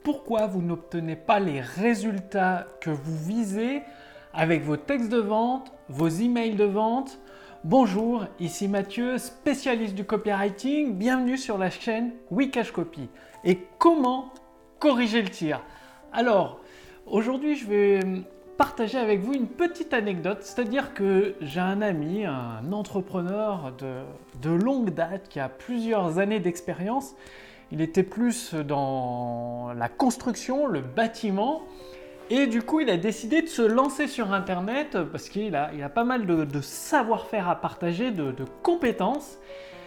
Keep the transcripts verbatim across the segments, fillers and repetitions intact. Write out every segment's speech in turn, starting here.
pourquoi vous n'obtenez pas les résultats que vous visez avec vos textes de vente, vos emails de vente. Bonjour, ici Mathieu, spécialiste du copywriting. Bienvenue sur la chaîne Wikash Copy. Et comment corriger le tir? Alors, aujourd'hui, je vais partager avec vous une petite anecdote, c'est-à-dire que j'ai un ami, un entrepreneur de, de longue date qui a plusieurs années d'expérience. Il était plus dans la construction, le bâtiment, et du coup il a décidé de se lancer sur internet parce qu'il a, il a pas mal de, de savoir-faire à partager, de, de compétences.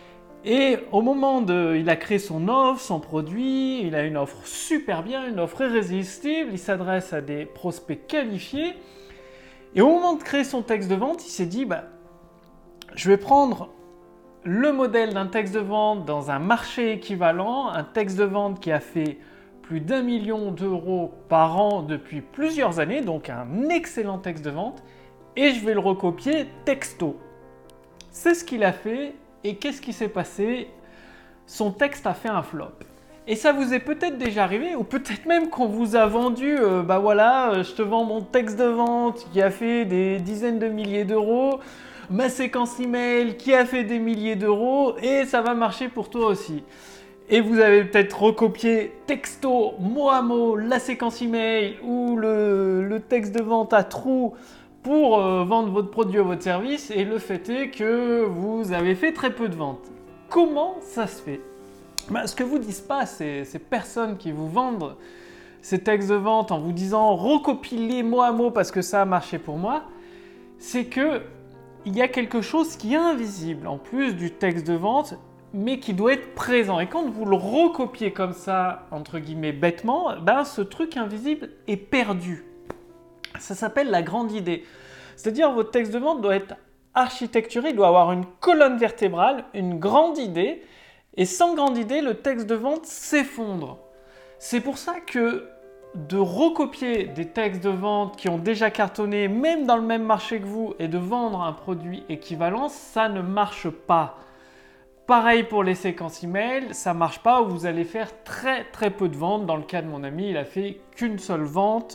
Et au moment de, il a créé son offre, son produit, il a une offre super bien, une offre irrésistible, il s'adresse à des prospects qualifiés. Et au moment de créer son texte de vente, il s'est dit, bah, je vais prendre le modèle d'un texte de vente dans un marché équivalent, un texte de vente qui a fait plus d'un million d'euros par an depuis plusieurs années, donc un excellent texte de vente, et je vais le recopier texto. C'est ce qu'il a fait. Et qu'est-ce qui s'est passé? Son texte a fait un flop. Et ça vous est peut-être déjà arrivé, ou peut-être même qu'on vous a vendu, euh, bah voilà, euh, je te vends mon texte de vente qui a fait des dizaines de milliers d'euros, ma séquence email qui a fait des milliers d'euros, et ça va marcher pour toi aussi. Et vous avez peut-être recopié texto, mot à mot, la séquence email ou le, le texte de vente à trous pour euh, vendre votre produit ou votre service, et le fait est que vous avez fait très peu de ventes. Comment ça se fait? Ben, ce que vous disent pas ces, ces personnes qui vous vendent ces textes de vente en vous disant recopie-les mot à mot parce que ça a marché pour moi, c'est que il y a quelque chose qui est invisible en plus du texte de vente, mais qui doit être présent. Et quand vous le recopiez comme ça, entre guillemets bêtement, ben, ce truc invisible est perdu. Ça s'appelle la grande idée. C'est-à-dire votre texte de vente doit être architecturé, il doit avoir une colonne vertébrale, une grande idée, et sans grande idée, le texte de vente s'effondre. C'est pour ça que de recopier des textes de vente qui ont déjà cartonné, même dans le même marché que vous, et de vendre un produit équivalent, ça ne marche pas. Pareil pour les séquences email, ça ne marche pas, vous allez faire très très peu de ventes. Dans le cas de mon ami, il a fait qu'une seule vente.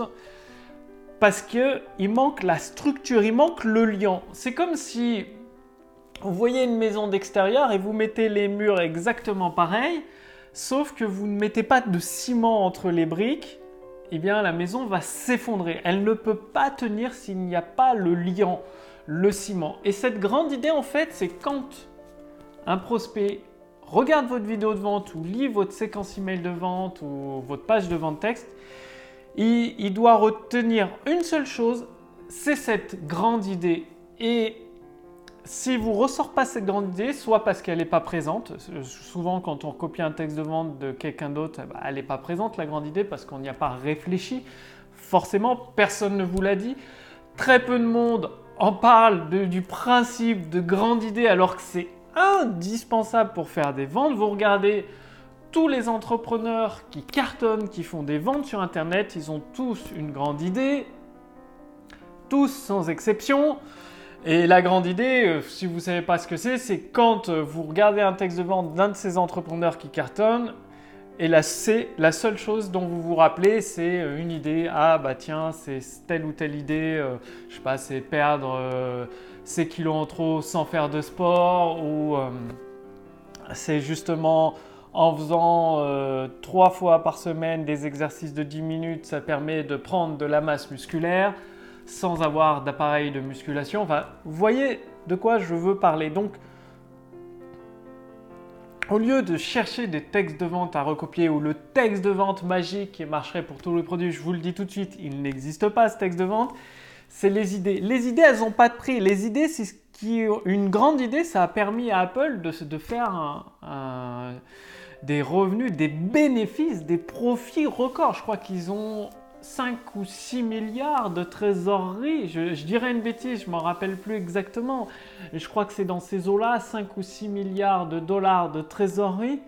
Parce qu'il manque la structure, il manque le lien. C'est comme si vous voyez une maison d'extérieur et vous mettez les murs exactement pareils, sauf que vous ne mettez pas de ciment entre les briques, eh bien la maison va s'effondrer. Elle ne peut pas tenir s'il n'y a pas le liant, le ciment. Et cette grande idée, en fait, c'est quand un prospect regarde votre vidéo de vente ou lit votre séquence email de vente ou votre page de vente texte, Il, il doit retenir une seule chose, c'est cette grande idée. Et si vous ne ressort pas cette grande idée, soit parce qu'elle n'est pas présente, souvent quand on recopie un texte de vente de quelqu'un d'autre, bah, elle n'est pas présente la grande idée parce qu'on n'y a pas réfléchi. Forcément, personne ne vous l'a dit. Très peu de monde en parle de, du principe de grande idée alors que c'est indispensable pour faire des ventes. Vous regardez tous les entrepreneurs qui cartonnent, qui font des ventes sur Internet, ils ont tous une grande idée, tous sans exception. Et la grande idée, si vous ne savez pas ce que c'est, c'est quand vous regardez un texte de vente d'un de ces entrepreneurs qui cartonnent, et là, c'est la seule chose dont vous vous rappelez, c'est une idée. Ah bah tiens, c'est telle ou telle idée, euh, je sais pas, c'est perdre euh, ses kilos en trop sans faire de sport, ou euh, c'est justement en faisant euh, trois fois par semaine des exercices de dix minutes, ça permet de prendre de la masse musculaire sans avoir d'appareil de musculation. Enfin, vous voyez de quoi je veux parler. Donc, au lieu de chercher des textes de vente à recopier ou le texte de vente magique qui marcherait pour tous les produits, je vous le dis tout de suite, il n'existe pas ce texte de vente, c'est les idées. Les idées, elles n'ont pas de prix. Les idées, c'est ce qui, une grande idée, ça a permis à Apple de, de faire un, un des revenus, des bénéfices, des profits records. Je crois qu'ils ont cinq ou six milliards de trésorerie. Je, je dirais une bêtise, je ne m'en rappelle plus exactement. Je crois que c'est dans ces eaux-là, cinq ou six milliards de dollars de trésorerie.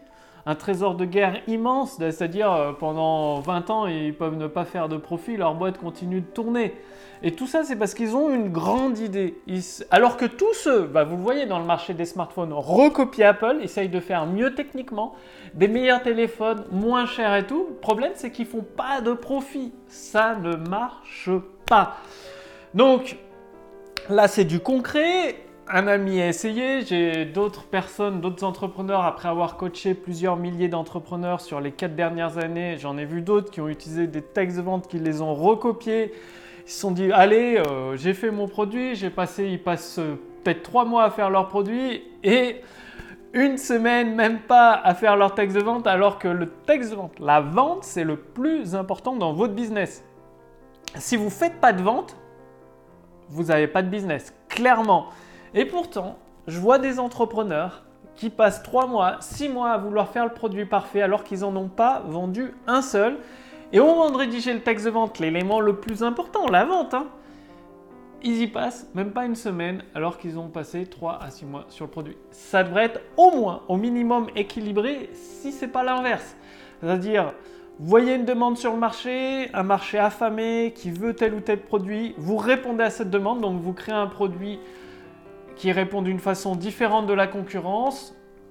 un trésor de guerre immense, c'est-à-dire euh, pendant vingt ans, ils peuvent ne pas faire de profit, leur boîte continue de tourner. Et tout ça, c'est parce qu'ils ont une grande idée. Ils... Alors que tous ceux, bah, vous le voyez dans le marché des smartphones, recopient Apple, essayent de faire mieux techniquement, des meilleurs téléphones, moins chers et tout. Le problème, c'est qu'ils ne font pas de profit. Ça ne marche pas. Donc, là, c'est du concret. Un ami a essayé, j'ai d'autres personnes, d'autres entrepreneurs, après avoir coaché plusieurs milliers d'entrepreneurs sur les quatre dernières années, j'en ai vu d'autres qui ont utilisé des textes de vente, qui les ont recopiés. Ils se sont dit, allez, euh, j'ai fait mon produit, j'ai passé, ils passent euh, peut-être trois mois à faire leur produit et une semaine, même pas, à faire leur texte de vente, alors que le texte de vente, la vente, c'est le plus important dans votre business. Si vous ne faites pas de vente, vous n'avez pas de business, clairement. Et pourtant, je vois des entrepreneurs qui passent trois mois, six mois à vouloir faire le produit parfait alors qu'ils n'en ont pas vendu un seul. Et au moment de rédiger le texte de vente, l'élément le plus important, la vente, hein, ils y passent même pas une semaine alors qu'ils ont passé trois à six mois sur le produit. Ça devrait être au moins, au minimum équilibré si ce n'est pas l'inverse. C'est-à-dire, vous voyez une demande sur le marché, un marché affamé qui veut tel ou tel produit, vous répondez à cette demande, donc vous créez un produit qui répond d'une façon différente de la concurrence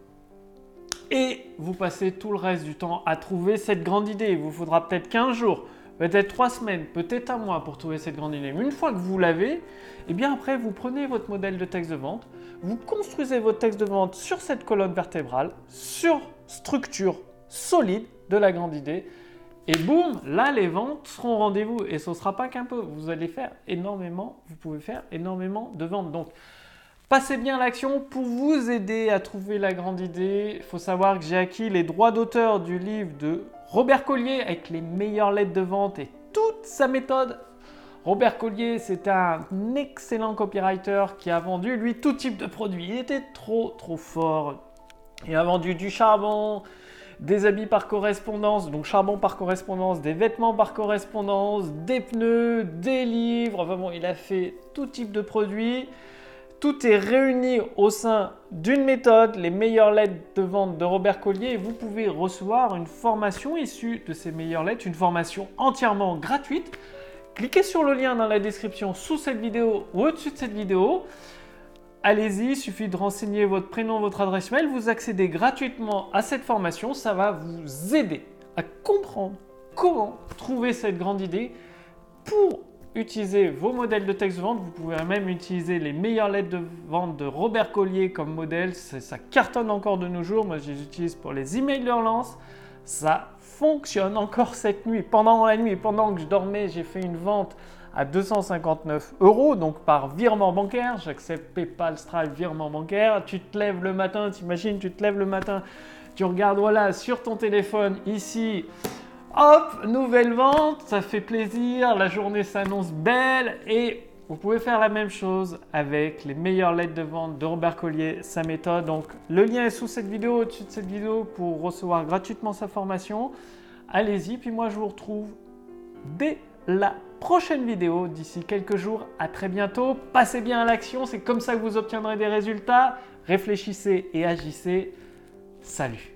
et vous passez tout le reste du temps à trouver cette grande idée. Il vous faudra peut-être quinze jours, peut-être trois semaines, peut-être un mois pour trouver cette grande idée. Mais une fois que vous l'avez, et bien après vous prenez votre modèle de texte de vente, vous construisez votre texte de vente sur cette colonne vertébrale, sur structure solide de la grande idée. Et boum, là les ventes seront au rendez-vous et ce ne sera pas qu'un peu. Vous allez faire énormément, vous pouvez faire énormément de ventes. Donc, passez bien à l'action pour vous aider à trouver la grande idée. Il faut savoir que j'ai acquis les droits d'auteur du livre de Robert Collier avec les meilleures lettres de vente et toute sa méthode. Robert Collier, c'est un excellent copywriter qui a vendu, lui, tout type de produits. Il était trop, trop fort. Il a vendu du charbon, des habits par correspondance, donc charbon par correspondance, des vêtements par correspondance, des pneus, des livres. Enfin bon, il a fait tout type de produits. Tout est réuni au sein d'une méthode, les meilleures lettres de vente de Robert Collier, et vous pouvez recevoir une formation issue de ces meilleures lettres, une formation entièrement gratuite. Cliquez sur le lien dans la description sous cette vidéo ou au-dessus de cette vidéo. Allez-y, il suffit de renseigner votre prénom, votre adresse mail, vous accédez gratuitement à cette formation. Ça va vous aider à comprendre comment trouver cette grande idée pour utiliser vos modèles de texte de vente. Vous pouvez même utiliser les meilleures lettres de vente de Robert Collier comme modèle. Ça cartonne encore de nos jours. Moi, je les utilise pour les emails de relance. Ça fonctionne encore cette nuit. Pendant la nuit, pendant que je dormais, j'ai fait une vente à deux cent cinquante-neuf euros, donc par virement bancaire. J'accepte PayPal, Stripe, virement bancaire. Tu te lèves le matin, t'imagines, tu te lèves le matin, tu regardes, voilà, sur ton téléphone, ici, hop, nouvelle vente, ça fait plaisir, la journée s'annonce belle et vous pouvez faire la même chose avec les meilleures lettres de vente de Robert Collier, sa méthode. Donc le lien est sous cette vidéo, au-dessus de cette vidéo pour recevoir gratuitement sa formation. Allez-y, puis moi je vous retrouve dès la prochaine vidéo d'ici quelques jours. À très bientôt, passez bien à l'action, c'est comme ça que vous obtiendrez des résultats. Réfléchissez et agissez. Salut!